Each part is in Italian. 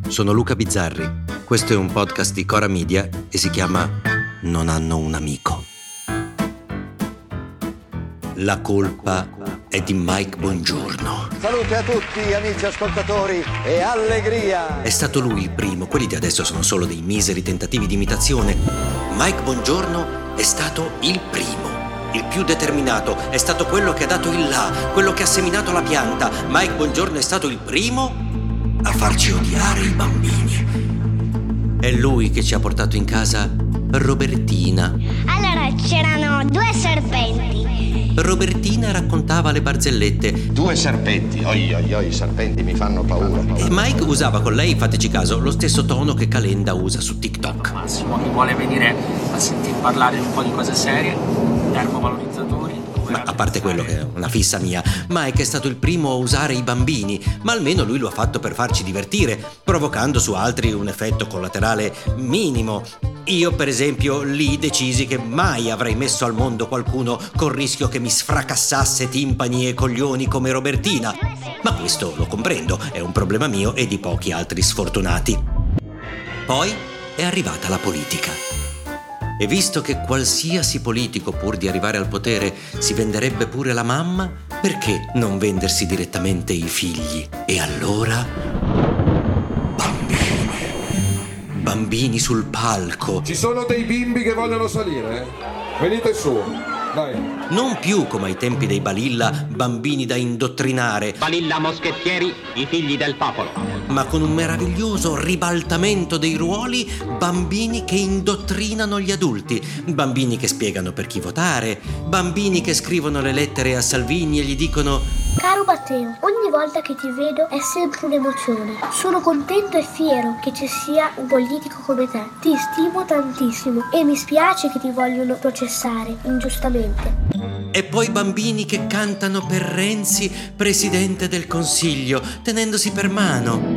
sono Luca Bizzarri. Questo è un podcast di Cora Media e si chiama Non hanno un amico. La colpa è di Mike Bongiorno. Salute a tutti amici ascoltatori e allegria! È stato lui il primo, quelli di adesso sono solo dei miseri tentativi di imitazione. Mike Bongiorno è stato il primo. Il più determinato, è stato quello che ha dato il là, quello che ha seminato la pianta. Mike Bongiorno è stato il primo a farci odiare i bambini. È lui che ci ha portato in casa Robertina. Allora c'erano due serpenti. Robertina raccontava le barzellette. Due serpenti, i serpenti mi fanno paura. E Mike usava con lei, fateci caso, lo stesso tono che Calenda usa su TikTok. Massimo, chi vuole venire a sentir parlare di un po' di cose serie, termovalorizzatori. Ma a parte quello che è una fissa mia, Mike è stato il primo a usare i bambini, ma almeno lui lo ha fatto per farci divertire, provocando su altri un effetto collaterale minimo. Io, per esempio, lì decisi che mai avrei messo al mondo qualcuno col rischio che mi sfracassasse timpani e coglioni come Robertina. Ma questo lo comprendo, è un problema mio e di pochi altri sfortunati. Poi è arrivata la politica. E visto che qualsiasi politico, pur di arrivare al potere, si venderebbe pure la mamma, perché non vendersi direttamente i figli? E allora... Bambini sul palco. Ci sono dei bimbi che vogliono salire? Venite su, dai. Non più come ai tempi dei Balilla, bambini da indottrinare. Balilla Moschettieri, i figli del popolo. Ma con un meraviglioso ribaltamento dei ruoli, bambini che indottrinano gli adulti, bambini che spiegano per chi votare, bambini che scrivono le lettere a Salvini e gli dicono: Caro Matteo, ogni volta che ti vedo è sempre un'emozione. Sono contento e fiero che ci sia un politico come te. Ti stimo tantissimo e mi spiace che ti vogliono processare ingiustamente. E poi bambini che cantano per Renzi, presidente del Consiglio, tenendosi per mano.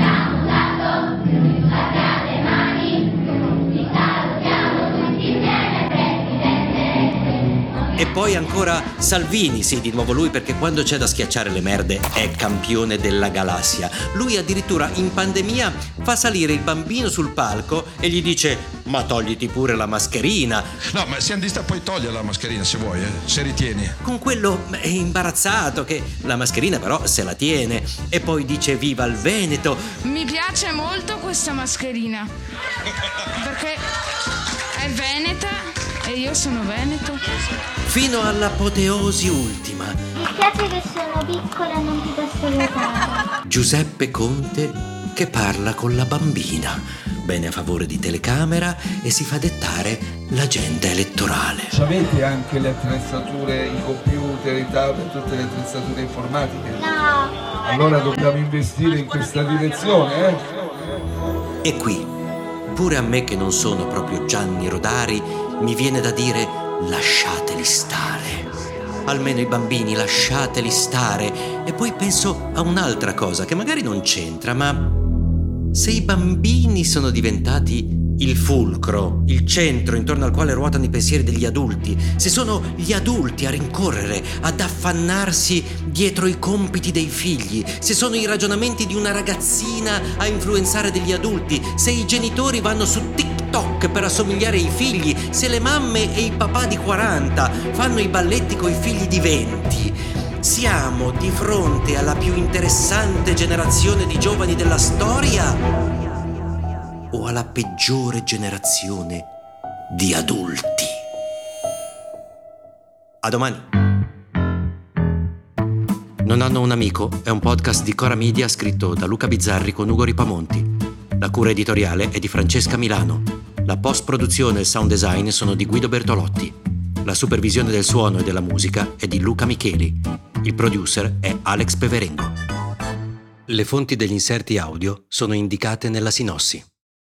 E poi ancora Salvini, sì, di nuovo lui, perché quando c'è da schiacciare le merde è campione della galassia. Lui addirittura in pandemia fa salire il bambino sul palco e gli dice: ma togliti pure la mascherina. No, ma siamo poi toglie la mascherina se vuoi, se ritieni. Con quello imbarazzato che la mascherina però se la tiene. E poi dice: viva il Veneto. Mi piace molto questa mascherina perché è veneta e io sono veneto. Fino all'apoteosi ultima. Mi spiace che sono piccola e non ti posso aiutare. Giuseppe Conte che parla con la bambina, bene a favore di telecamera, e si fa dettare l'agenda elettorale. Avete anche le attrezzature, i computer, i tablet, tutte le attrezzature informatiche? No. Allora dobbiamo investire in questa direzione, E qui, pure a me che non sono proprio Gianni Rodari, mi viene da dire: lasciateli stare. Almeno i bambini lasciateli stare. E poi penso a un'altra cosa che magari non c'entra, ma se i bambini sono diventati il fulcro, il centro intorno al quale ruotano i pensieri degli adulti, se sono gli adulti a rincorrere, ad affannarsi dietro i compiti dei figli, se sono i ragionamenti di una ragazzina a influenzare degli adulti, se i genitori vanno su TikTok per assomigliare ai figli, se le mamme e i papà di 40 fanno i balletti coi figli di 20, siamo di fronte alla più interessante generazione di giovani della storia o alla peggiore generazione di adulti? A domani. Non hanno un amico è un podcast di Cora Media scritto da Luca Bizzarri con Ugo Ripamonti. La cura editoriale è di Francesca Milano. La post-produzione e il sound design sono di Guido Bertolotti. La supervisione del suono e della musica è di Luca Micheli. Il producer è Alex Peverengo. Le fonti degli inserti audio sono indicate nella sinossi.